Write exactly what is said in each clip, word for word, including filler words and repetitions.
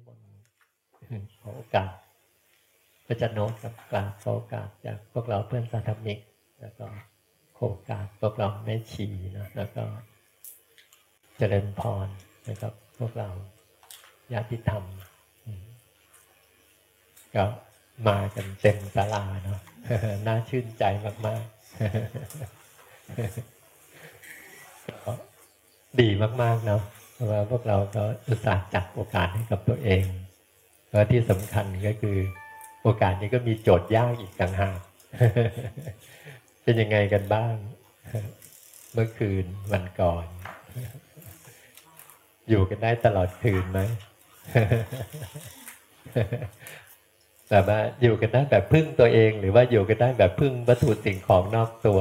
มนต์ขอโอกาสก็จะโน้ตกับกลางขอโอกาสจากพวกเราเพื่อนสาธมิกแล้วก็ขอโอกาสพวกเราแม่ชีนะแล้วก็เจริญพรนะครับพวกเราญาติธรรมก็มากันเต็มศาลาเนาะน่าชื่นใจมากๆก็ดีมากๆเนาะเพราะว่าพวกเราก็อุตส่าห์จัดโอกาสให้กับตัวเองแล้วที่สำคัญก็คือโอกาสนี้ก็มีโจทย์ยากอีกต่างหากเป็นยังไงกันบ้างเมื่อคืนวันก่อนอยู่กันได้ตลอดคืนไหมแต่ว่าอยู่กันได้แบบพึ่งตัวเองหรือว่าอยู่กันได้แบบพึ่งวัตถุสิ่งของนอกตัว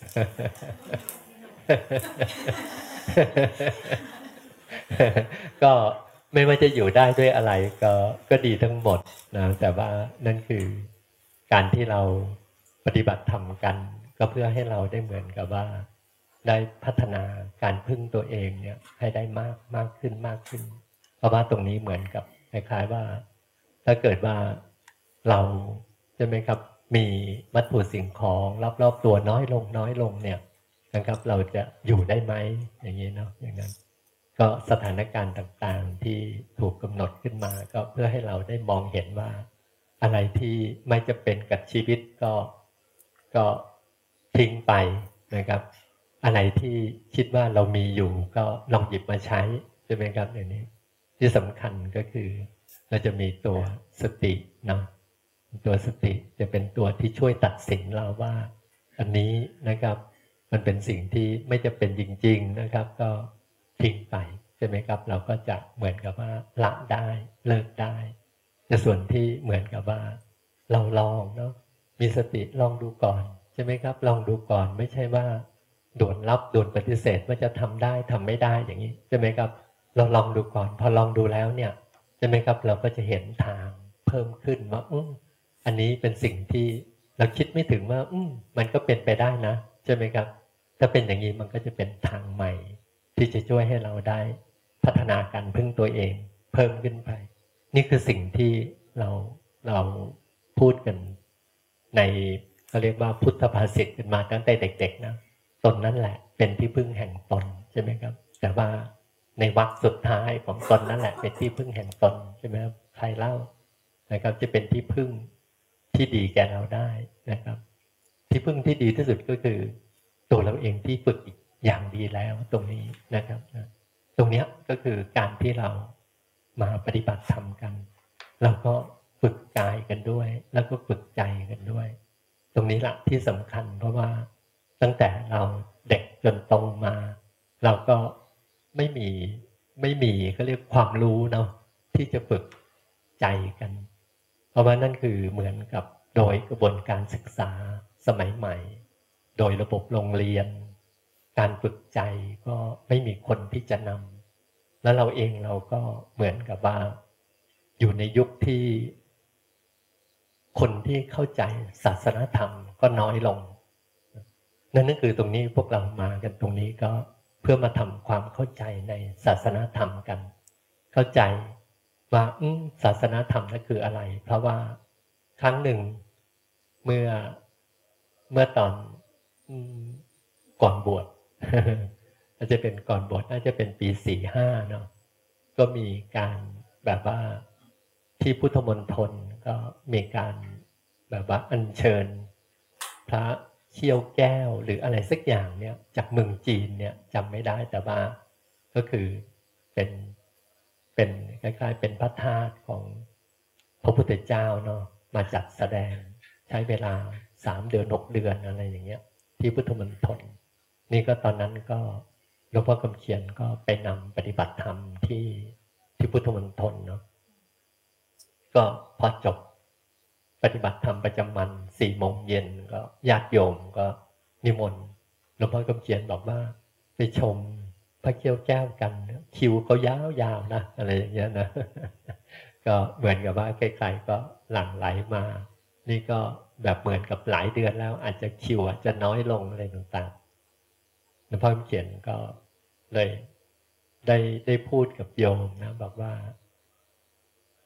ก็ไม่ว่าจะอยู่ได้ด้วยอะไรก็ก็ดีทั้งหมดนะแต่ว่านั่นคือการที่เราปฏิบัติธรรมกันก็เพื่อให้เราได้เหมือนกับว่าได้พัฒนาการพึ่งตัวเองเนี่ยให้ได้มากมากขึ้นมากขึ้นเพราะว่าตรงนี้เหมือนกับคล้ายๆว่าถ้าเกิดว่าเราใช่ไหมครับมีวัตถุสิ่งของรอบๆตัวน้อยลงน้อยลงเนี่ยนะครับเราจะอยู่ได้ไหมอย่างนี้เนาะอย่างนั้นก็สถานการณ์ต่างๆที่ถูกกำหนดขึ้นมาก็เพื่อให้เราได้มองเห็นว่าอะไรที่ไม่จะเป็นกับชีวิตก็ก็ทิ้งไปนะครับอะไรที่คิดว่าเรามีอยู่ก็ลองหยิบมาใช้ใช่ไหมครับอย่างนี้ที่สำคัญก็คือเราจะมีตัวสติเนาะตัวสติจะเป็นตัวที่ช่วยตัดสินเราว่าอันนี้นะครับมันเป็นสิ่งที่ไม่จะเป็นจริงๆนะครับก็ทิ้งไปใช่ไหมครับเราก็จะเหมือนกับว่าละได้เลิกได้แต่ส่วนที่เหมือนกับว่าเราลองเนาะมีสติลองดูก่อนใช่ไหมครับลองดูก่อนไม่ใช่ว่าด่วนรับด่วนปฏิเสธว่าจะทำได้ทำไม่ได้อย่างนี้ใช่ไหมครับเราลองดูก่อนพอลองดูแล้วเนี่ยใช่ไหมครับเราก็จะเห็นทางเพิ่มขึ้นว่าอืมอันนี้เป็นสิ่งที่เราคิดไม่ถึงว่าอืมมันก็เป็นไปได้นะใช่ไหมครับถ้าเป็นอย่างนี้มันก็จะเป็นทางใหม่ที่จะช่วยให้เราได้พัฒนาการพึ่งตัวเองเพิ่มขึ้นไปนี่คือสิ่งที่เราเราพูดกันในเขาเรียกว่าพุทธภาษิตกันมาตั้งแต่เด็กๆนะตนนั่นแหละเป็นที่พึ่งแห่งตนใช่ไหมครับแต่ว่าในวรรคสุดท้ายของตนนั่นแหละเป็นที่พึ่งแห่งตนใช่ไหมครับใครเล่านะครับจะเป็นที่พึ่งที่ดีแก่เราได้นะครับที่พึ่งที่ดีที่สุดก็คือตัวเราเองที่ฝึกอย่างดีแล้วตรงนี้นะครับตรงนี้ก็คือการที่เรามาปฏิบัติธรรมกันเราก็ฝึกกายกันด้วยแล้วก็ฝึกใจกันด้วยตรงนี้แหละที่สำคัญเพราะว่าตั้งแต่เราเด็กจนโตมาเราก็ไม่มีไม่มีเขาเรียกความรู้เนาะที่จะฝึกใจกันเพราะว่านั่นคือเหมือนกับโดยกระบวนการศึกษาสมัยใหม่โดยระบบโรงเรียนการฝึกใจก็ไม่มีคนที่จะนำแล้วเราเองเราก็เหมือนกับว่าอยู่ในยุคที่คนที่เข้าใจศาสนธรรมก็น้อยลงนั่นนั่นคือตรงนี้พวกเรามากันตรงนี้ก็เพื่อมาทำความเข้าใจในศาสนธรรมกันเข้าใจว่าอืมศาสนธรรมนั่นคืออะไรเพราะว่าครั้งหนึ่งเมื่อเมื่อตอนก่อนบวชน่าจะเป็นก่อนบวชน่าจะเป็นปีสี่ห้าเนาะก็มีการแบบว่าที่พุทธมณฑลก็มีการแบบว่าอัญเชิญพระเชี่ยวแก้วหรืออะไรสักอย่างเนี่ยจากเมืองจีนเนี่ยจำไม่ได้แต่ว่าก็คือเป็นเป็นคล้ายๆเป็นพระธาตุของพระพุทธเจ้าเนาะมาจัดแสดงใช้เวลาสามเดือนหกเดือนอะไรอย่างเงี้ยที่พุทธมณฑลนี่ก็ตอนนั้นก็หลวงพ่อคำเขียนก็ไปนำปฏิบัติธรรมที่ที่พุทธมณฑลเนาะก็พอจบปฏิบัติธรรมประจำวันสี่โมงเย็นก็ญาติโยมก็นิมนต์หลวงพ่อคำเขียนบอกว่าไปชมพระเกี้ยวแก้วกันคิวเขายาวๆนะอะไรอย่างเงี้ยนะก็เหมือนกับว่าใครๆก็หลั่งไหลมานี่ก็แบบเหมือนกับหลายเดือนแล้วอาจจะคิวอาจจะน้อยลงอะไรต่างๆหลวงพ่อคำเขียนก็เลยได้ได้พูดกับโยมนะบอกว่า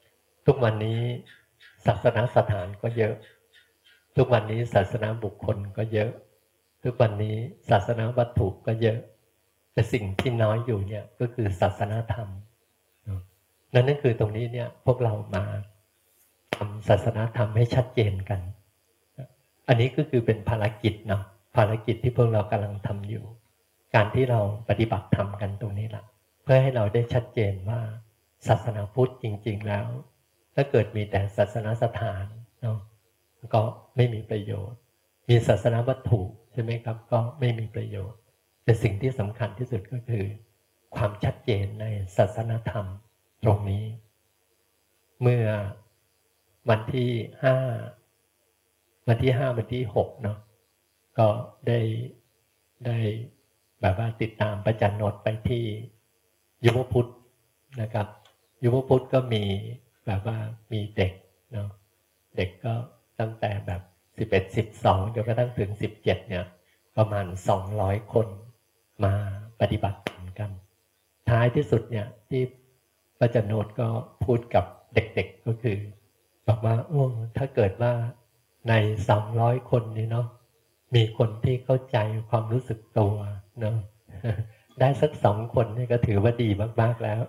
ทุกวันนี้ศาสนาสถานก็เยอะทุกวันนี้ศาสนาบุคคลก็เยอะทุกวันนี้ศาสนาวัตถุก็เยอะแต่สิ่งที่น้อยอยู่เนี่ยก็คือศาสนาธรรมนั่นนั่นคือตรงนี้เนี่ยพวกเรามาทำศาสนาธรรมให้ชัดเจนกันอันนี้ก็คือเป็นภารกิจเนาะภารกิจที่พวกเรากำลังทำอยู่การที่เราปฏิบัติธรรมกันตรงนี้แหละเพื่อให้เราได้ชัดเจนว่าศาสนาพุทธจริงๆแล้วถ้าเกิดมีแต่ศาสนาสถานเนาะก็ไม่มีประโยชน์มีศาสนาวัตถุใช่ไหมครับก็ไม่มีประโยชน์แต่สิ่งที่สำคัญที่สุดก็คือความชัดเจนในศาสนาธรรมตรงนี้เมื่อวันที่ห้าวันที่ห้าวันที่หกเนาะก็ได้ได้แบบว่าติดตามประจันโนดไปที่ยุวพุทธนะครับยุวพุทธก็มีแบบว่ามีเด็กเนาะเด็กก็ตั้งแต่แบบสิบเอ็ด สิบสองจนกระทั่งถึงสิบเจ็ดเนี่ยประมาณสองร้อยคนมาปฏิบัติกันท้ายที่สุดเนี่ยที่ประจันโนดก็พูดกับเด็กๆก็คือบอกว่าโอ้ถ้าเกิดว่าในสองร้อยคนนี้เนาะมีคนที่เข้าใจความรู้สึกตัวเนาะได้สักสองคนนี่ก็ถือว่าดีมากๆแล้ว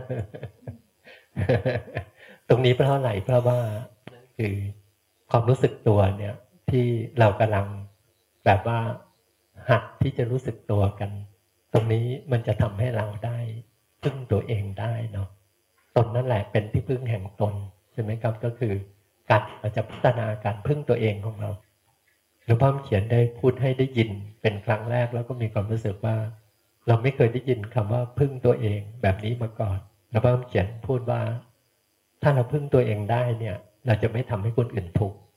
ตรงนี้เพราะอะไรเพราะว่านั่นคือความรู้สึกตัวเนี่ยที่เรากำลังแบบว่าหัดที่จะรู้สึกตัวกันตรงนี้มันจะทำให้เราได้พึ่งตัวเองได้เนาะตนนั่นแหละเป็นที่พึ่งแห่งตนใช่ไหมครับก็คือการเราจะพัฒนาการพึ่งตัวเองของเราหลวงพ่อเขียนได้พูดให้ได้ยินเป็นครั้งแรกแล้วก็มีความรู้สึกว่าเราไม่เคยได้ยินคำว่าพึ่งตัวเองแบบนี้มาก่อนหลวงพ่อเขียนพูดว่าถ้าเราพึ่งตัวเองได้เนี่ยเราจะไม่ทำให้คนอื่นทุกข์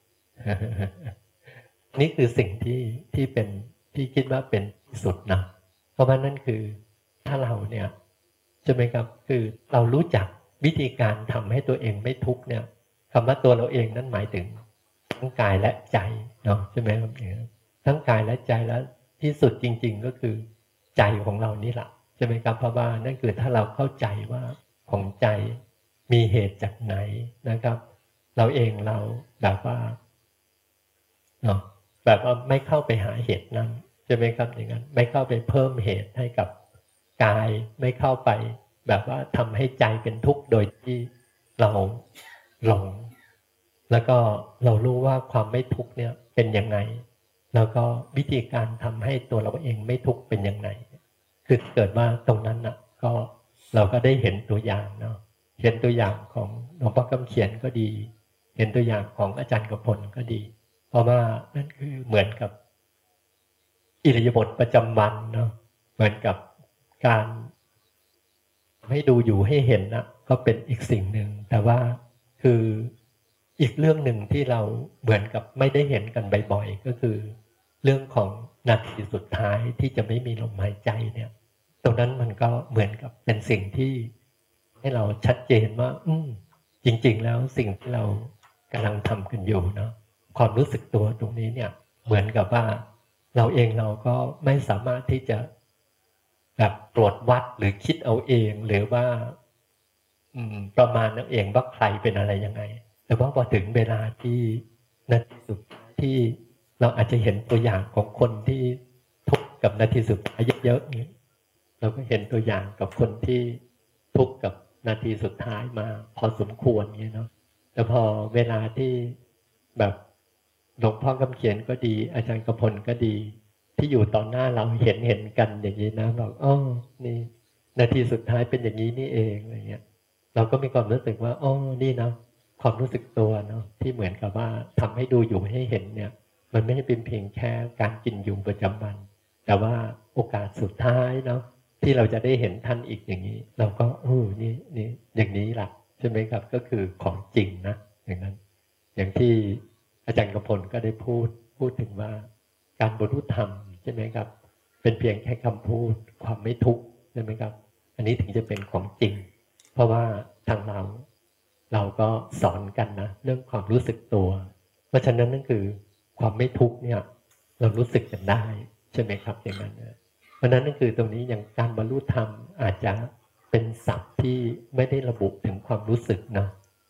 นี่คือสิ่งที่ที่เป็นที่คิดว่าเป็นที่สุดนะเพราะว่านั่นคือถ้าเราเนี่ยใช่ไหมครับคือเรารู้จักวิธีการทำให้ตัวเองไม่ทุกข์เนี่ยคำว่าตัวเราเองนั้นหมายถึงทั้งกายและใจเนาะใช่ไหมครับทั้งกายและใจแล้วที่สุดจริงๆก็คือใจของเรานี่แหละใช่ไหมครับเพราะว่านั่นคือถ้าเราเข้าใจว่าของใจมีเหตุจากไหนนะครับเราเองเราแบบว่าเนาะแบบว่าไม่เข้าไปหาเหตุนั้นใช่ไหมครับอย่างนั้นไม่เข้าไปเพิ่มเหตุให้กับกายไม่เข้าไปแบบว่าทำให้ใจเป็นทุกข์โดยที่เราหลงแล้วก็เรารู้ว่าความไม่ทุกข์เนี่ยเป็นยังไงแล้วก็วิธีการทำให้ตัวเราเองไม่ทุกข์เป็นยังไงคือเกิดว่าตรงนั้นน่ะก็เราก็ได้เห็นตัวอย่างเนาะเห็นตัวอย่างของหลวงพ่อคำเขียนก็ดีเห็นตัวอย่างของอาจารย์กพลก็ดีเพราะว่านั่นคือเหมือนกับอิริยาบถประจำวันเนาะเหมือนกับการให้ดูอยู่ให้เห็นนะก็เป็นอีกสิ่งหนึ่งแต่ว่าคืออีกเรื่องหนึ่งที่เราเหมือนกับไม่ได้เห็นกันบ่อยๆก็คือเรื่องของนาทีสุดท้ายที่จะไม่มีลมหายใจเนี่ยตรงนั้นมันก็เหมือนกับเป็นสิ่งที่ให้เราชัดเจนว่าอืมจริงๆแล้วสิ่งที่เรากำลังทำกันอยู่เนาะความรู้สึกตัวตรงนี้เนี่ยเหมือนกับว่าเราเองเราก็ไม่สามารถที่จะแบบตรวจวัดหรือคิดเอาเองหรือว่าอืมประมาณนั่นเองว่าใครเป็นอะไรยังไงแต่ว่าพอถึงเวลาที่นาทีสุดที่เราอาจจะเห็นตัวอย่างของคนที่ทุกข์กับนาทีสุดท้ายเยอะๆนี้เราก็เห็นตัวอย่างกับคนที่ทุกข์กับนาทีสุดท้ายมาพอสมควรเงี้ยเนาะแต่พอเวลาที่แบบหลวงพ่อคำเขียนก็ดีอาจารย์กพลก็ดีที่อยู่ต่อหน้าเราเห็นเห็นกันอย่างนี้นะบอกอ๋อนี่นาทีสุดท้ายเป็นอย่างนี้นี่เองอะไรเงี้ยเราก็มีความรู้สึกว่าอ๋อนี่นะความรู้สึกตัวเนาะที่เหมือนกับว่าทำให้ดูอยู่ให้เห็นเนี่ยมันไม่ได้เป็นเพียงแค่การกินอยู่ประจำวันแต่ว่าโอกาสสุดท้ายเนาะที่เราจะได้เห็นท่านอีกอย่างนี้เราก็โอ้นี่นี่อย่างนี้แหละใช่ไหมครับก็คือของจริงนะอย่างนั้นอย่างที่อาจารย์กพลก็ได้พูดพูดถึงว่าการบรรลุธรรมใช่ไหมครับเป็นเพียงแค่คำพูดความไม่ทุกข์ใช่ไหมครับอันนี้ถึงจะเป็นของจริงเพราะว่าทางเราเราก็สอนกันนะเรื่องความรู้สึกตัวเพราะฉะนั้นนั่นคือความไม่ทุกข์เนี่ยเรารู้สึกกันได้ใช่ไหมครับอย่างนั้นนะเพราะนั้นนั่นคือตรงนี้อย่างการบรรลุธรรมอาจจะเป็นศัพท์ที่ไม่ได้ระบุถึงความรู้สึกเนาะ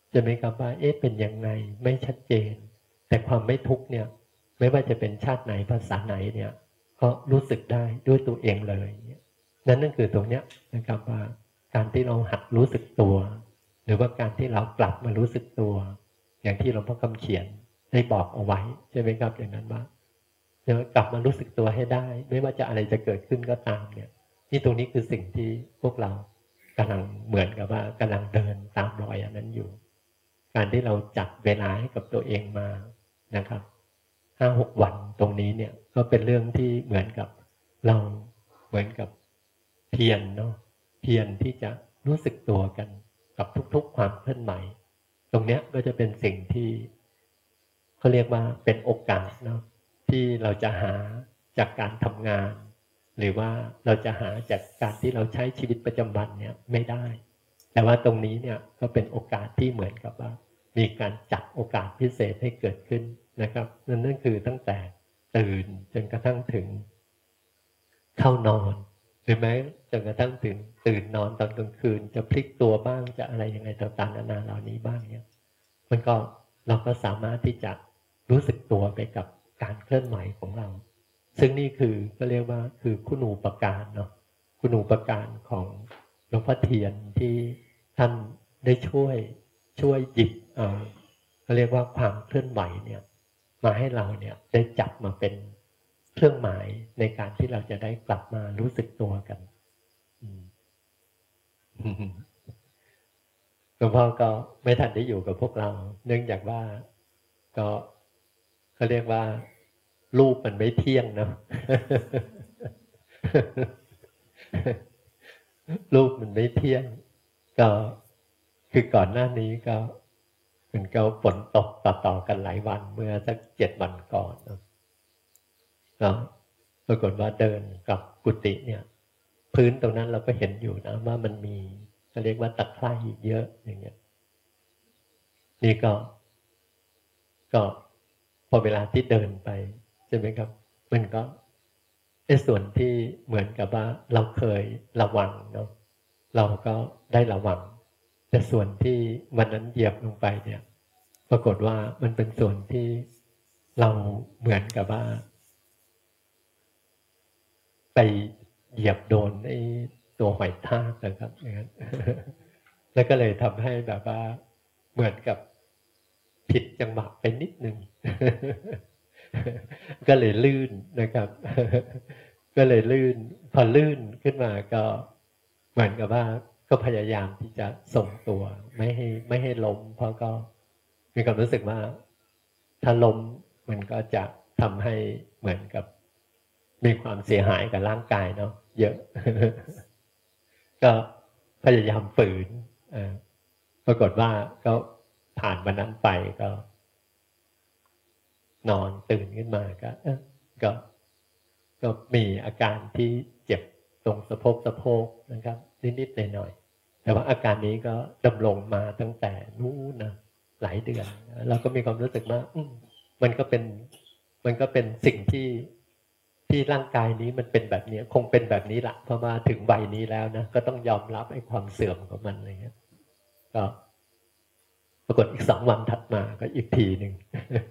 ใช่ไหมครับว่าเอ๊ะเป็นยังไงไม่ชัดเจนแต่ความไม่ทุกข์เนี่ยไม่ว่าจะเป็นชาติไหนภาษาไหนเนี่ยก็รู้สึกได้ด้วยตัวเองเลยนั่นนั่นคือตรงเนี้ยนะครับว่าการที่เราหัดรู้สึกตัวหรือว่าการที่เรากลับมารู้สึกตัวอย่างที่หลวงพ่อคำเขียนได้บอกเอาไว้ใช่ไหมครับอย่างนั้นว่าเดี๋ยวกลับมารู้สึกตัวให้ได้ไม่ว่าจะอะไรจะเกิดขึ้นก็ตามเนี่ยนี่ตรงนี้คือสิ่งที่พวกเรากำลังเหมือนกับว่ากำลังเดินตามรอยอันนั้นอยู่การที่เราจัดเวลาให้กับตัวเองมานะครับห้าหกวันตรงนี้เนี่ยก็เป็นเรื่องที่เหมือนกับเราเหมือนกับเพียรเนาะเพียรที่จะรู้สึกตัวกันกับทุกๆความเคลื่อนไหวตรงเนี้ยก็จะเป็นสิ่งที่เขาเรียกว่าเป็นโอกาสเนาะที่เราจะหาจากการทำงานหรือว่าเราจะหาจากการที่เราใช้ชีวิตประจำวันเนี่ยไม่ได้แต่ว่าตรงนี้เนี่ยก็เป็นโอกาสที่เหมือนกับว่ามีการจัดโอกาสพิเศษให้เกิดขึ้นนะครับนั่นนั่นคือตั้งแต่ตื่นจนกระทั่งถึงเข้านอนหรือแม้จนกระทั่งถึงตื่นนอนตอนกลางคืนจะพลิกตัวบ้างจะอะไรยังไงต่างๆนานาเหล่านี้บ้างเนี่ยมันก็เราก็สามารถที่จะรู้สึกตัวไปกับการเคลื่อนไหวของเราซึ่งนี่คือก็เรียกว่าคือคุณูปการเนาะคุณูปการของหลวงพ่อเทียนที่ท่านได้ช่วยช่วยหยิบเอาเขาเรียกว่าความเคลื่อนไหวเนี่ยมาให้เราเนี่ยได้จับมาเป็นเครื่องหมายในการที่เราจะได้กลับมารู้สึกตัวกันหลวงพ่อก็ไม่ทันได้อยู่กับพวกเราเนื่องจากว่าก็เขาเรียกว่ารูปมันไม่เที่ยงเนาะ รูปมันไม่เที่ยงก็คือก่อนหน้านี้ก็เหมือนกับฝนตกต่อๆกันหลายวันเมื่อสักเจ็ดวันก่อนเนาะก็ปรากฏว่าเดินกับกุฏิเนี่ยพื้นตรงนั้นเราก็เห็นอยู่นะว่ามันมีเขาเรียกว่าตะไคร่เยอะอย่างเงี้ยนี่ก็ก็พอเวลาที่เดินไปใช่ไหมครับมันก็ไอ้ส่วนที่เหมือนกับว่าเราเคยระวังเนาะเราก็ได้ระวังแต่ส่วนที่วันนั้นเหยียบลงไปเนี่ยปรากฏว่ามันเป็นส่วนที่เราเหมือนกับว่าไปเหยียบโดนไอ้ตัวหอยทากนะครับอย่างนั้นแล้วก็เลยทำให้แบบว่าเหมือนกับผิดจังหวะไปนิดนึงก็เลยลื่นนะครับก็เลยลื่นพอลื่นขึ้นมาก็เหมือนกับว่าก็พยายามที่จะทรงตัวไม่ให้ไม่ให้ล้มเพราะก็มีความรู้สึกว่าถ้าล้มมันก็จะทำให้เหมือนกับมีความเสียหายกับร่างกายเนาะเยอะก็พยายามฝืนปรากฏว่าก็ผ่านวันนั้นไปก็นอนตื่นขึ้นมาก็ก็ก็มีอาการที่เจ็บตรงสะโพกสะโพกนะครับนิดๆหน่อยๆแต่ว่าอาการนี้ก็ดำรงมาตั้งแต่นู้นนะหลายเดือนเราก็มีความรู้สึกว่ามันก็เป็นมันก็เป็นสิ่งที่ที่ร่างกายนี้มันเป็นแบบนี้คงเป็นแบบนี้ละเพราะว่าถึงวัยนี้แล้วนะก็ต้องยอมรับไอ้ความเสื่อมของมันอะไรเงี้ยก็ปรากฏอีกสองวันถัดมาก็อีกทีหนึ่ง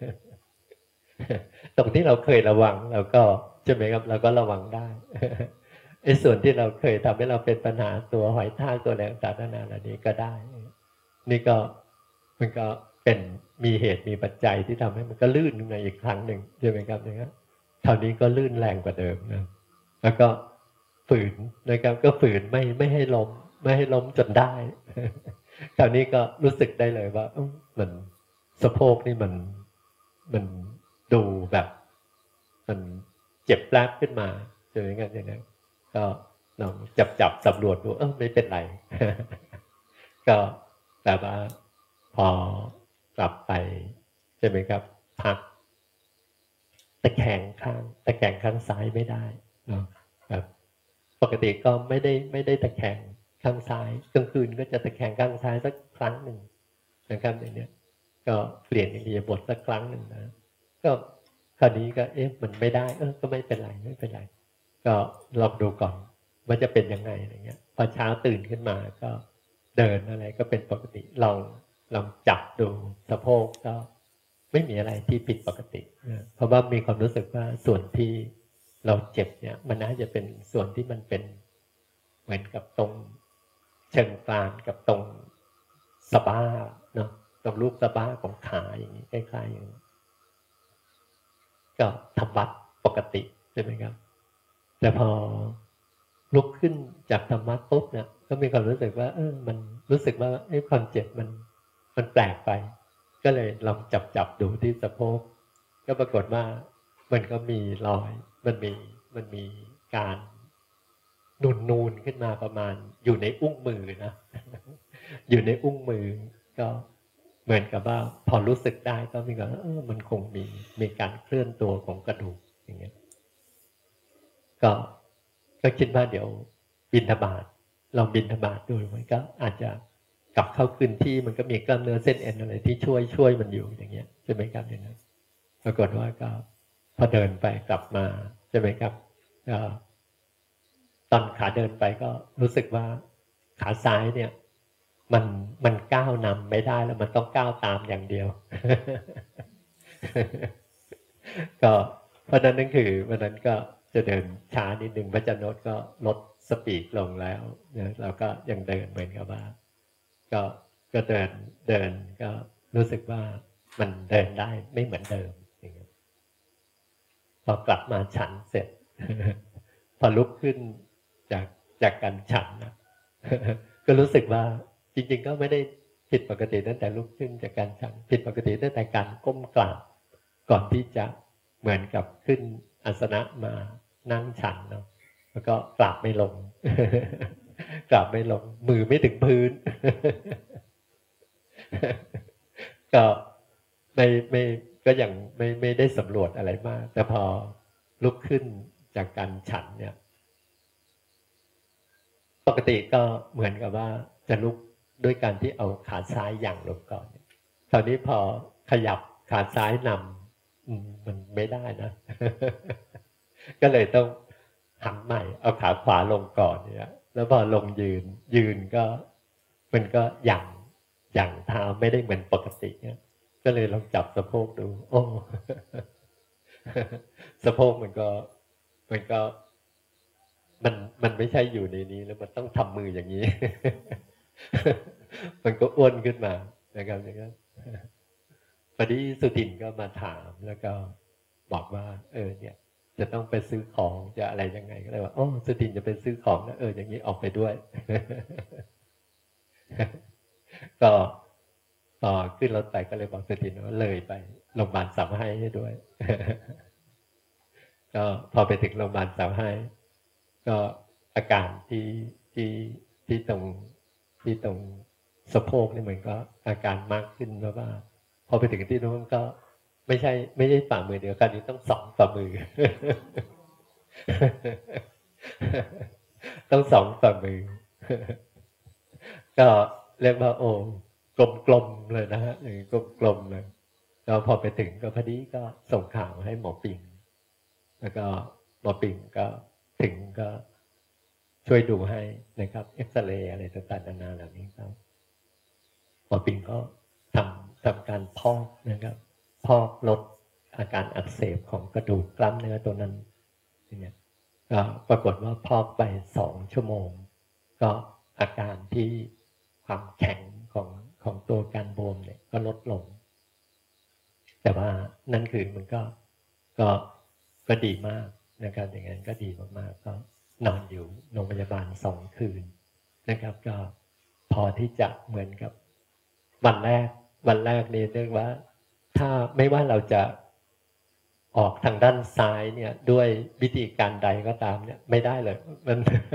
ตรงที่เราเคยระวังเราก็ใช่ไหมครับเราก็ระวังได้ไอ้ส่วนที่เราเคยทำให้เราเป็นปัญหาตัวหอยทากตัวแรงต่างๆนานาเหล่านี้ก็ได้นี่ก็มันก็เป็นมีเหตุมีปัจจัยที่ทำให้มันก็ลื่นขึ้นมาอีกครั้งหนึ่งใช่ไหมครับนะครับคราวนี้ก็ลื่นแรงกว่าเดิมนะแล้วก็ฝืนนะครับก็ฝืนไม่ไม่ให้ล้มไม่ให้ล้มจนได้คราวนี้ก็รู้สึกได้เลยว่ามันสะโพกนี่มันมันดูแบบมันเจ็บแปลบขึ้นมาใช่ไหมกันอย่างนั้นก็ลองจับจับสำรวจดูเออไม่เป็นไรก็แต่ว่าพอกลับไปใช่ไหมครับพักตะแคงข้างตะแคงข้างซ้ายไม่ได้เนาะแบบปกติก็ไม่ได้ไม่ได้ตะแคงข้างซ้ายกลางคืนก็จะตะแคงข้างซ้ายสักครั้งหนึ่งนะครับอย่างเนี้ยก็เปลี่ยนอิริยาบถสักครั้งหนึ่งนะก็คราวนี้ก็เอ๊ะมันไม่ได้เออก็ไม่เป็นไรไม่เป็นไรก็ลองดูก่อนว่าจะเป็นยังไงอะไรเงี้ยพอเช้าตื่นขึ้นมาก็เดินอะไรก็เป็นปกติลองลองจับดูสะโพกก็ไม่มีอะไรที่ผิดปกติเพราะว่ามีความรู้สึกว่าส่วนที่เราเจ็บเนี่ยมันน่าจะเป็นส่วนที่มันเป็นเหมือนกับตรงเชิงกรานกับตรงสะบ้าเนาะตรงรูปสะบ้าของขาอย่างนี้คล้ายๆอย่างนี้ก็ทำวัดปกติใช่ไหมครับแต่พอลุกขึ้นจากธรรมะปุ๊บเนี่ยก็มีความรู้สึกว่าเออมันรู้สึกว่าไอ้ความเจ็บมันมันแปลกไปก็เลยลองจับจับดูที่สะโพกก็ปรากฏว่ามันก็มีรอยมันมีมันมีการนูนนูนขึ้นมาประมาณอยู่ในอุ้งมือนะ อยู่ในอุ้งมือก็เหมือนกับว่าพอรู้สึกได้ก็มีความเออมันคงมีมีการเคลื่อนตัวของกระดูกอย่างเงี้ยก็ก็คิดว่าเดี๋ยวบิณฑบาตลองบิณฑบาตดูมันก็อาจจะกลับเข้าคืนที่มันก็มีกล้ามเนื้อเส้นเอ็นอะไรที่ช่วยช่วยมันอยู่อย่างเงี้ยใช่ไหมครับอย่างนั้นปรากฏว่าก็พอเดินไปกลับมาใช่ไหมครับก็ตอนขาเดินไปก็รู้สึกว่าขาซ้ายเนี่ยมันมันก้าวนำไม่ได้แล้วมันต้องก้าวตามอย่างเดียว ก็เพราะนั้นนั่นคือวันนั้นก็จะเดินช้านิดนึงพระจันทร์โนตก็ลดสปีดลงแล้วนะเราก็ยังเดินเหมือนกับว่าก็ก็เดินเดินก็รู้สึกว่ามันเดินได้ไม่เหมือนเดิมอย่างเงี้ยพอกลับมาฉันเสร็จ พอลุกขึ้นจากจากการฉันนะ ก็รู้สึกว่าจริงๆก็ไม่ได้ผิดปกติตั้งแต่ลุกขึ้นจากการฉันผิดปกติตั้งแต่การก้มกราบก่อนที่จะเหมือนกับขึ้นอาสนะมานั่งฉันเนาะแล้วก็กราบไม่ลง กราบไม่ลงมือไม่ถึงพื้น ก็ไม่ไม่ก็ยังไม่ไม่ได้สำรวจอะไรมากแต่พอลุกขึ้นจากการฉันเนี่ยปกติก็เหมือนกับว่าจะลุกด้วยการที่เอาขาซ้ายยั่งลงก่อนคราวนี้พอขยับขาซ้ายนำมันไม่ได้นะ ก็เลยต้องหันใหม่เอาขาขวาลงก่อนเนี่ยแล้วพอลงยืนยืนก็มันก็ยั่งยั่งเท้าไม่ได้เหมือนปกติเนี่ยก็เลยลองจับสะโพกดูโอ้ สะโพกมันก็มันก็มันมันไม่ใช่อยู่ในนี้แล้วมันต้องทำมืออย่างนี้ มันก็อ้วนขึ้นมานะครับอย่างนั้นพอดีสุทินก็มาถามแล้วก็บอกว่าเออเนี่ยจะต้องไปซื้อของจะอะไรยังไงก็เลยว่าโอ้สุทินจะไปซื้อของนะเอออย่างนี้ออกไปด้วย ก็ต่อขึ้นรถไปก็เลยบอกสุทินว่าเลยไปโรงพยาบาลสามให้ให้ด้วย ก็พอไปถึงโรงพยาบาลสามให้ก็อาการที่ที่ที่ตรงที่ตรงสะโพกนี่มันก็อาการมากขึ้นเพราะว่าพอไปถึงที่นู้นก็ไม่ใช่ไม่ใช่ฝ่ามือเดียวกันนี้ต้องสองฝ่ามือ ต้องสองฝ่ามือ ก็เรียกว่าโอ้กลมๆเลยนะฮะอย่างกลมๆเลยแล้วพอไปถึงก็พอดีก็ส่งข่าวให้หมอปิงแล้วก็หมอปิงก็ถึงก็ช่วยดูให้นะครับเอ็กซเรย์อะไรต่างๆนานาเหล่านี้ครับหมอปิงก็ทำทำการพอกนะครับพอกลดอาการอักเสบของกระดูกกล้ามเนื้อตัวนั้นเนี่ยก็ปรากฏว่าพอกไปสองชั่วโมงก็อาการที่ความแข็งของของตัวการบวมเนี่ยก็ลดลงแต่ว่านั่นคือมันก็ก็ก็ดีมากนะครับอย่างนั้นก็ดีมากๆก็นอนอยู่โรงพยาบาลสองคืนนะครับก็พอที่จะเหมือนกับวันแรกวันแรกนี่เรียกว่าถ้าไม่ว่าเราจะออกทางด้านซ้ายเนี่ยด้วยวิธีการใดก็ตามเนี่ยไม่ได้เลยมัน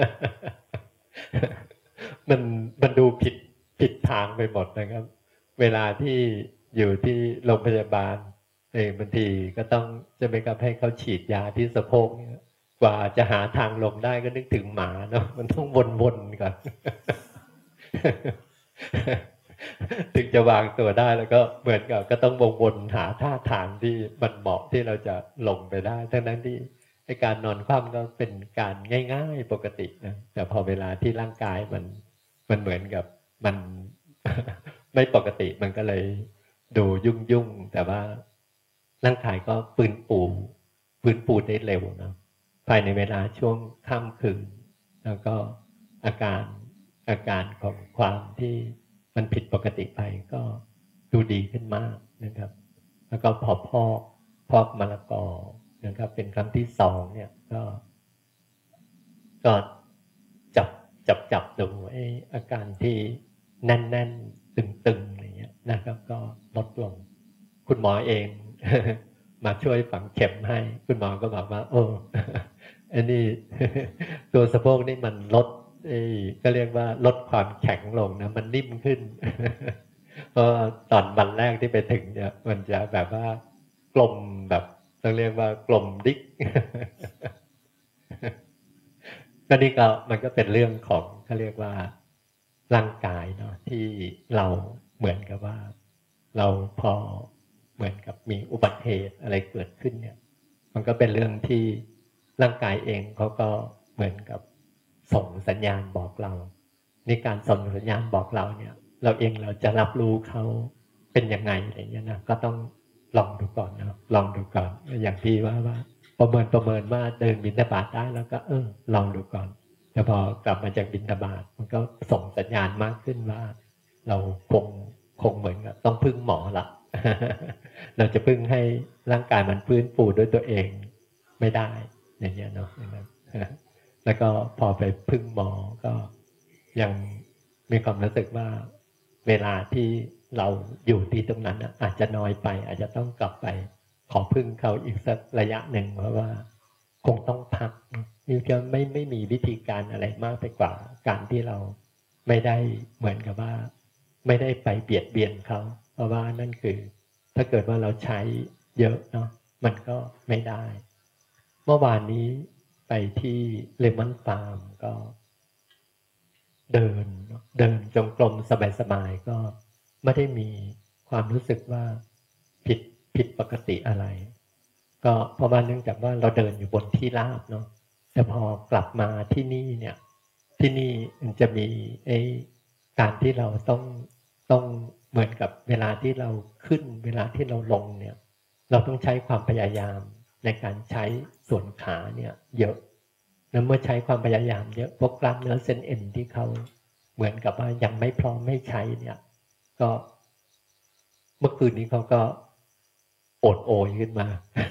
มันมันดูผิดผิดทางไปหมดนะครับเวลาที่อยู่ที่โรงพยาบาลเออบางทีก็ต้องจะไปกับให้เขาฉีดยาที่สะโพกเนี่ยกว่าจะหาทางลงได้ก็นึกถึงหมาเนาะมันต้องวนๆก่อน ถึงจะวางตัวได้แล้วก็เหมือนกับก็ต้องวนๆหาท่าทางที่มันเหมาะที่เราจะลงไปได้ทั้งนั้นที่ในการนอนคว่ำก็เป็นการง่ายๆปกตินะแต่พอเวลาที่ร่างกายมันมันเหมือนกับมันไม่ปกติมันก็เลยดูยุ่งยุ่งแต่ว่าร่างกายก็ฟื้นฟูฟื้นฟูได้เร็วนะภายในเวลาช่วงค่ำคืนแล้วก็อาการอาการของความที่มันผิดปกติไปก็ดูดีขึ้นมากนะครับแล้วก็พอพอกพอกมะละกอนะครับเป็นครั้งที่สองเนี่ยก็ก็จับจับจับดูไอ้อาการที่แน่นๆตึงๆอะไรเงี้ยนะครับก็ลดลงคุณหมอเอง มาช่วยฝังเข็มให้คุณหมอก็บอกว่าโอ้ไอ้นี่ ตัวสะโพกนี่มันลดไอ้ก็เรียกว่าลดความแข็งลงนะมันนิ่มขึ้น เพราะตอนวันแรกที่ไปถึงเนี่ยมันจะแบบว่ากลมแบบต้องเรียกว่ากลมดิ๊ก ก็นี่ก็มันก็เป็นเรื่องของเขาเรียกว่าร่างกายเนาะที่เราเหมือนกับว่าเราพอเหมือนกับมีอุบัติเหตุอะไรเกิดขึ้นเนี่ยมันก็เป็นเรื่องที่ร่างกายเองเขาก็เหมือนกับส่งสัญญาณบอกเราในการส่งสัญญาณบอกเราเนี่ยเราเองเราจะรับรู้เขาเป็นยังไงอะไรเงี้ยนะก็ต้องลองดูก่อนนะลองดูก่อนอย่างที่ว่าว่าประเมินประเมินว่าเดินบิณฑบาตได้แล้วก็เออลองดูก่อนแต่พอกลับมาจากบิณฑบาตมันก็ส่งสัญญาณมากขึ้นว่าเราคงคงเหมือนกับต้องพึ่งหมอละ เราจะพึ่งให้ร่างกายมันฟื้นฟูด้วยตัวเองไม่ได้อย่างเงี้ยเนาะแล้วก็พอไปพึ่งหมอก็ยังมีความรู้สึกว่าเวลาที่เราอยู่ที่ตรงนั้นอาจจะน้อยไปอาจจะต้องกลับไปขอพึ่งเขาอีกสักระยะหนึ่งเพราะว่าคงต้องพักนี่จะไม่ไม่มีวิธีการอะไรมากไปกว่าการที่เราไม่ได้เหมือนกับว่าไม่ได้ไปเบียดเบียนเขาเพราะว่านั่นคือถ้าเกิดว่าเราใช้เยอะเนาะมันก็ไม่ได้เมื่อวานนี้ไปที่เลมอนฟาร์มก็เดินเดินจงกรมสบายๆก็ไม่ได้มีความรู้สึกว่าผิดผิดปกติอะไรก็เพราะว่าเนื่องจากว่าเราเดินอยู่บนที่ราบเนาะแต่พอกลับมาที่นี่เนี่ยที่นี่มันจะมีไอ้การที่เราต้องต้องเหมือนกับเวลาที่เราขึ้นเวลาที่เราลงเนี่ยเราต้องใช้ความพยายามในการใช้ส่วนขาเนี่ยเยอะแล้วเมื่อใช้ความพยายามเยอะพวกกล้ามเนื้อเส้นเอ็นที่เขาเหมือนกับว่ายังไม่พร้อมไม่ใช้เนี่ยก็เมื่อคืนนี้เขาก็โอดโอยขึ้นมา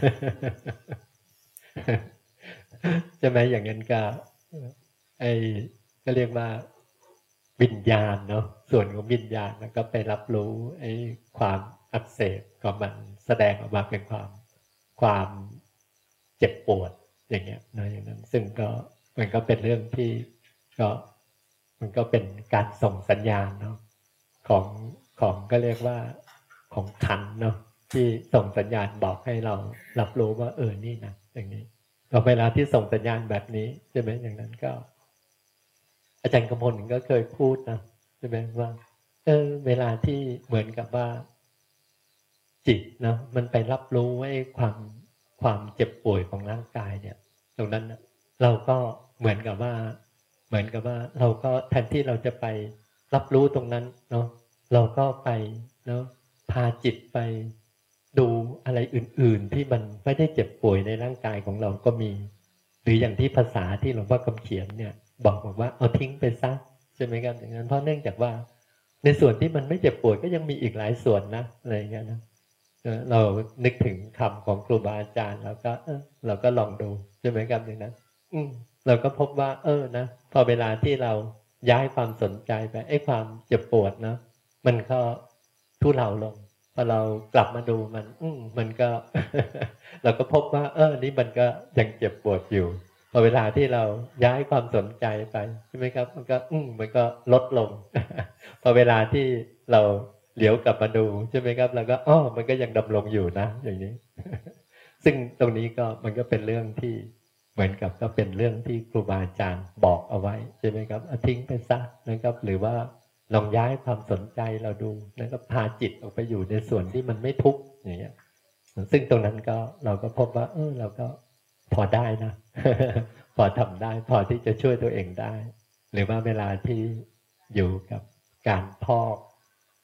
ใช่ไหมอย่างนั้นก็ไอ้ก็เรียกว่าวิญญาณเนาะส่วนของวิญญาณมันก็ไปรับรู้ไอ้ความอักเสบของมันแสดงออกมาเป็นความความเจ็บปวดอย่างเงี้ยนะอย่างนั้นซึ่งก็มันก็เป็นเรื่องที่ก็มันก็เป็นการส่งสัญญาณเนาะของของก็เรียกว่าของขันเนาะที่ส่งสัญญาณบอกให้เรารับรู้ว่าเออนี่นะอย่างนี้พอเวลาที่ส่งสัญญาณแบบนี้ใช่ไหมอย่างนั้นก็อาจารย์กำพลก็เคยพูดนะใช่ไหมว่าเออเวลาที่เหมือนกับว่าจิตนะมันไปรับรู้ไอ้ความความเจ็บป่วยของร่างกายเนี่ยตรงนั้นนะเราก็เหมือนกับว่าเหมือนกับว่าเราก็แทนที่เราจะไปรับรู้ตรงนั้นเนาะเราก็ไปเนาะพาจิตไปดูอะไรอื่นๆที่มันไม่ได้เจ็บป่วยในร่างกายของเราก็มีหรืออย่างที่ภาษาที่หลวงพ่อคำเขียนเนี่ยบอกบอกว่าเอาทิ้งไปซะใช่ไหมครับอย่างนั้นเพราะเนื่องจากว่าในส่วนที่มันไม่เจ็บป่วยก็ยังมีอีกหลายส่วนนะอะไรอย่างเงี้ยนะเรานึกถึงคำของครูบาอาจารย์แล้วก็เออเราก็ลองดูใช่ไหมครับอย่างนั้นอืมเราก็พบว่าเออนะพอเวลาที่เราย้ายความสนใจไปไอ้ความเจ็บปวดนะมันก็ทุเลาลงพอเรากลับมาดูมันอืมมันก็ เราก็พบว่าเออนี่มันก็ยังเจ็บปวดอยู่พอเวลาที่เราย้ายความสนใจไปใช่ไหมครับมันก็อืมมันก็ลดลง พอเวลาที่เราเหลียวกลับมาดูใช่ไหมครับแล้วก็อ้อมันก็ยังดำรงอยู่นะอย่างนี้ ซึ่งตรงนี้ก็มันก็เป็นเรื่องที่เหมือนกับก็เป็นเรื่องที่ครูบาอาจารย์บอกเอาไว้ใช่ไหมครับเอาทิ้งไปซะนะครับหรือว่าลองย้ายความสนใจเราดูนะครับพาจิตออกไปอยู่ในส่วนที่มันไม่ทุกข์อย่างเงี้ยซึ่งตรงนั้นก็เราก็พบว่าเออเราก็พอได้นะ พอทำได้พอที่จะช่วยตัวเองได้หรือว่าเวลาที่อยู่กับการพอก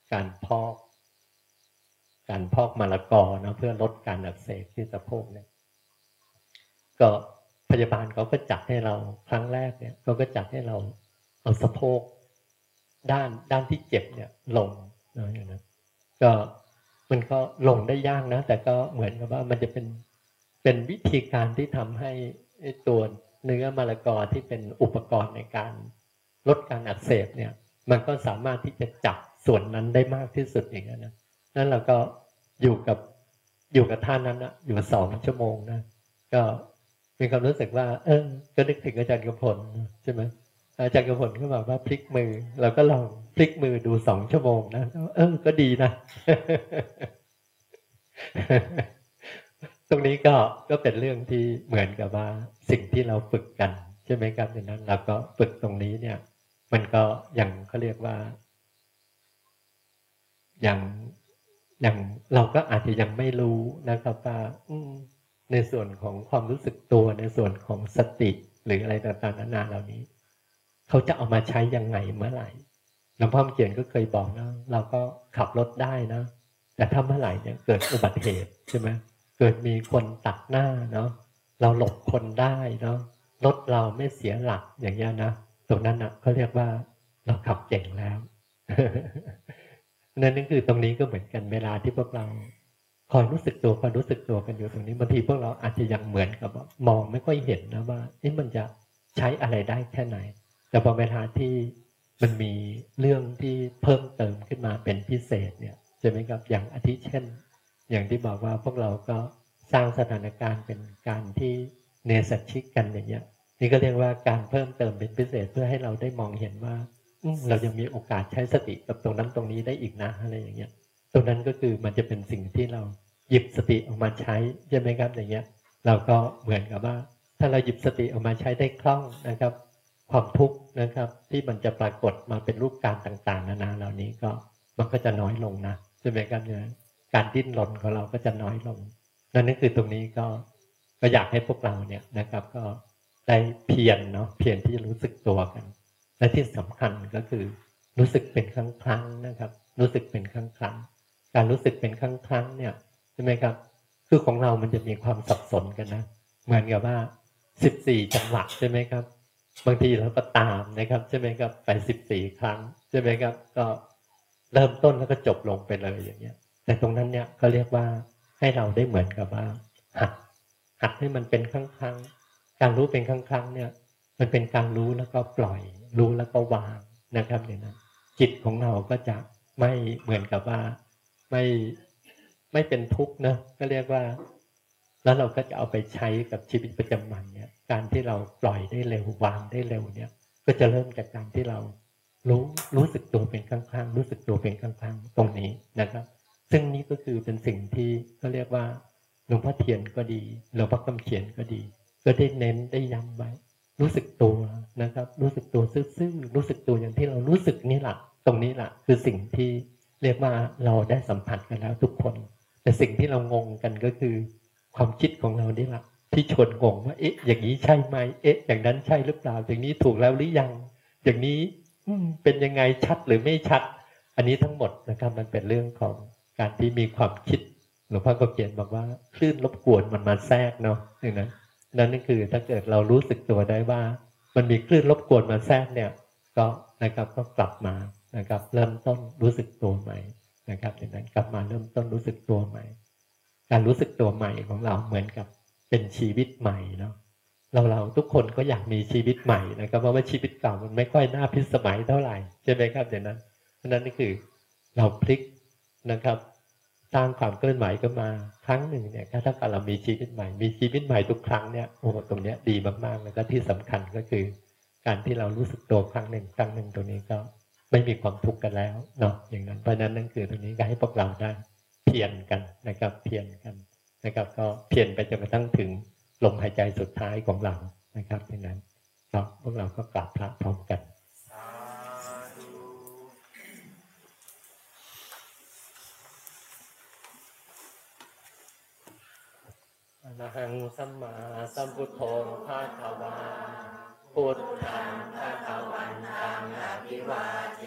การพอกการพอกมะละกอเนาะเพื่อลดการอักเสบที่สะโพกเนี่ยก็พยาบาลเขาก็จัดให้เราครั้งแรกเนี่ยเขาก็จัดให้เราเอาสะโพกด้านด้านที่เจ็บเนี่ยลงเนาะอย่างนั้นก็มันก็ลงได้ยากนะแต่ก็เหมือนกับว่ามันจะเป็นเป็นวิธีการที่ทำให้ตัวเนื้อมะละกอที่เป็นอุปกรณ์ในการลดการอักเสบเนี่ยมันก็สามารถที่จะจับส่วนนั้นได้มากที่สุดอย่างนั้นนะนั้นเราก็อยู่กับอยู่กับท่านนั้นนะอยู่สองชั่วโมงนะก็มีความรู้สึกว่าเออก็นึกถึงอาจารย์กำพลใช่ไหมอาจารย์กำพลก็บอกว่าพลิกมือเราก็ลองพลิกมือดูสองชั่วโมงนะเออก็ดีนะตรงนี้ก็ก็เป็นเรื่องที่เหมือนกับว่าสิ่งที่เราฝึกกันใช่ไหมครับดังนั้นเราก็ฝึกตรงนี้เนี่ยมันก็ยังเขาเรียกว่ายังยังเราก็อาจจะยังไม่รู้นะครับว่าในส่วนของความรู้สึกตัวในส่วนของสติหรืออะไรต่างๆนานาเหล่านี้เขาจะเอามาใช้ยังไงเมื่อไหร่หลวงพ่อเขียนก็เคยบอกนะเราก็ขับรถได้นะแต่ถ้าเมื่อไหร่เนี่ยเกิดอุบัติเหตุใช่ไหมเกิดมีคนตัดหน้าเนาะเราหลบคนได้เนาะรถเราไม่เสียหลักอย่างเงี้ยนะตรงนั้นนะเขาเรียกว่าเราขับเก่งแล้วนั่นนั่นคือตรงนี้ก็เหมือนกันเวลาที่พวกเราคอยรู้สึกตัวคอยรู้สึกตัวกันอยู่ตรงนี้บางทีพวกเราอาจจะยังเหมือนกับมองไม่ค่อยเห็นนะว่านี่มันจะใช้อะไรได้แค่ไหนแต่พอเวลาที่มันมีเรื่องที่เพิ่มเติมขึ้นมาเป็นพิเศษเนี่ยใช่ไหมครับอย่างอาทิเช่นอย่างที่บอกว่าพวกเราก็สร้างสถานการณ์เป็นการที่เนสัชชิกกันอย่างเงี้ยนี่ก็เรียกว่าการเพิ่มเติมเป็นพิเศษเพื่อให้เราได้มองเห็นว่าเรายังมีโอกาสใช้สติกับตรงนั้นตรงนี้ได้อีกนะอะไรอย่างเงี้ยตรงนั้นก็คือมันจะเป็นสิ่งที่เราหยิบสติออกมาใช้ใช่ไหมครับอย่างเงี้ยเราก็เหมือนกับว่าถ้าเราหยิบสติออกมาใช้ได้คล่องนะครับความทุกข์นะครับที่มันจะปรากฏมาเป็นรูปการต่างๆนานาเหล่านี้ก็มันก็จะน้อยลงนะใช่ไหมครับเนี่ยการดิ้นรนของเราก็จะน้อยลงนั่นนั่นคือตรงนี้ก็ก็อยากให้พวกเราเนี่ยนะครับก็ได้เพียรเนาะเพียรที่จะรู้สึกตัวกันและที่สำคัญก็คือรู้สึกเป็นครั้งครั้งนะครับรู้สึกเป็นครั้งครั้งการรู้สึกเป็นครั้งครั้งเนี่ยใช่ไหมครับคือของเรามันจะมีความสับสนกันนะเหมือนกับว่าสิบสี่จังหวะใช่ไหมครับบางทีเราก็ตามนะครับใช่ไหมครับไปสิบสี่ครั้งใช่ไหมครับก็เริ่มต้นแล้วก็จบลงไปเลยอย่างเงี้ยแต่ตรงนั้นเนี่ยเขาเรียกว่าให้เราได้เหมือนกับว่าหัดหัดให้มันเป็นครั้งครั้งการรู้เป็นครั้งครั้งเนี่ยมันเป็นการรู้แล้วก็ปล่อยรู้แล้วก็วางนะครับอย่างนั้นจิตของเราก็จะไม่เหมือนกับว่าไม่ไม่เป็นทุกข์นะก็เรียกว่าแล้วเราก็จะเอาไปใช้กับชีวิตประจำวันเนี่ยการที่เราปล่อยได้เร็ววางได้เร็วเนี่ยก็จะเริ่มจากการที่เรารู้รู้สึกตัวเป็นครั้งๆรู้สึกตัวเป็นครั้งๆตรงนี้นะครับซึ่งนี้ก็คือเป็นสิ่งที่เขาเรียกว่าหลวงพ่อเทียนก็ดีหลวงพ่อคำเขียนก็ดีก็ได้เน้นได้ย้ำไว้รู้สึกตัวนะครับรู้สึกตัวซื่อๆรู้สึกตัวอย่างที่เรารู้สึกนี่แหละตรงนี้แหละคือสิ่งที่เรียกว่าเราได้สัมผัสกันแล้วทุกคนแต่สิ่งที่เรางงกันก็คือความคิดของเรานี่แหละที่ชวนงงว่าเอ๊ะอย่างนี้ใช่ไหมเอ๊ะอย่างนั้นใช่หรือเปล่าอย่างนี้ถูกแล้วหรือยังอย่างนี้เป็นยังไงชัดหรือไม่ชัดอันนี้ทั้งหมดนะครับมันเป็นเรื่องของการที่มีความคิดหลวงพ่อก็เขียนบอกว่าคลื่นรบกวนมันมาแทรกเนาะอย่างนั้นนั่นคือถ้าเกิดเรารู้สึกตัวได้ว่ามันมีคลื่นรบกวนมาแทรกเนี่ยก็นะครับก็กลับมานะครับเริ่มต้นรู้สึกตัวใหม่นะครับอย่างนั้นกลับมาเริ่มต้นรู้สึกตัวใหม่การรู้สึกตัวใหม่ของเราเหมือนกับเป็นชีวิตใหม่เนาะเราเราทุกคนก็อยากมีชีวิตใหม่นะครับเพราะว่าชีวิตเก่ามันไม่ค่อยน่าพิสมัยเท่าไหร่ใช่ไหมครับอย่างนั้นเพราะนั้นนี่คือเราพลิกนะครับสร้างความเคลื่อนไหวก็มาครั้งหนึ่งเนี่ยถ้าถ้าเรามีชีวิตใหม่มีชีวิตใหม่ทุกครั้งเนี่ยโอ้ตรงเนี้ยดีมากๆแล้วก็ที่สำคัญก็คือการที่เรารู้สึกตัวครั้งหนึ่งครั้งหนึ่งตรงนี้ก็ไม่มีความทุกข์กันแล้วเนาะอย่างนั้นเพราะนั้นนั่นคือตรงนี้ก็ให้พวกเราได้เพียรกันนะครับเพียรกันนะครับก็เพียรไปจนกระทั่งถึงลมหายใจสุดท้ายของเรานะครับอย่างนั้นก็พวกเราก็กราบพระพร้อมกันอะระหังสัมมาสัมพุทโธภะคะวาพุทธังภะคะวันตังอะภิวาเท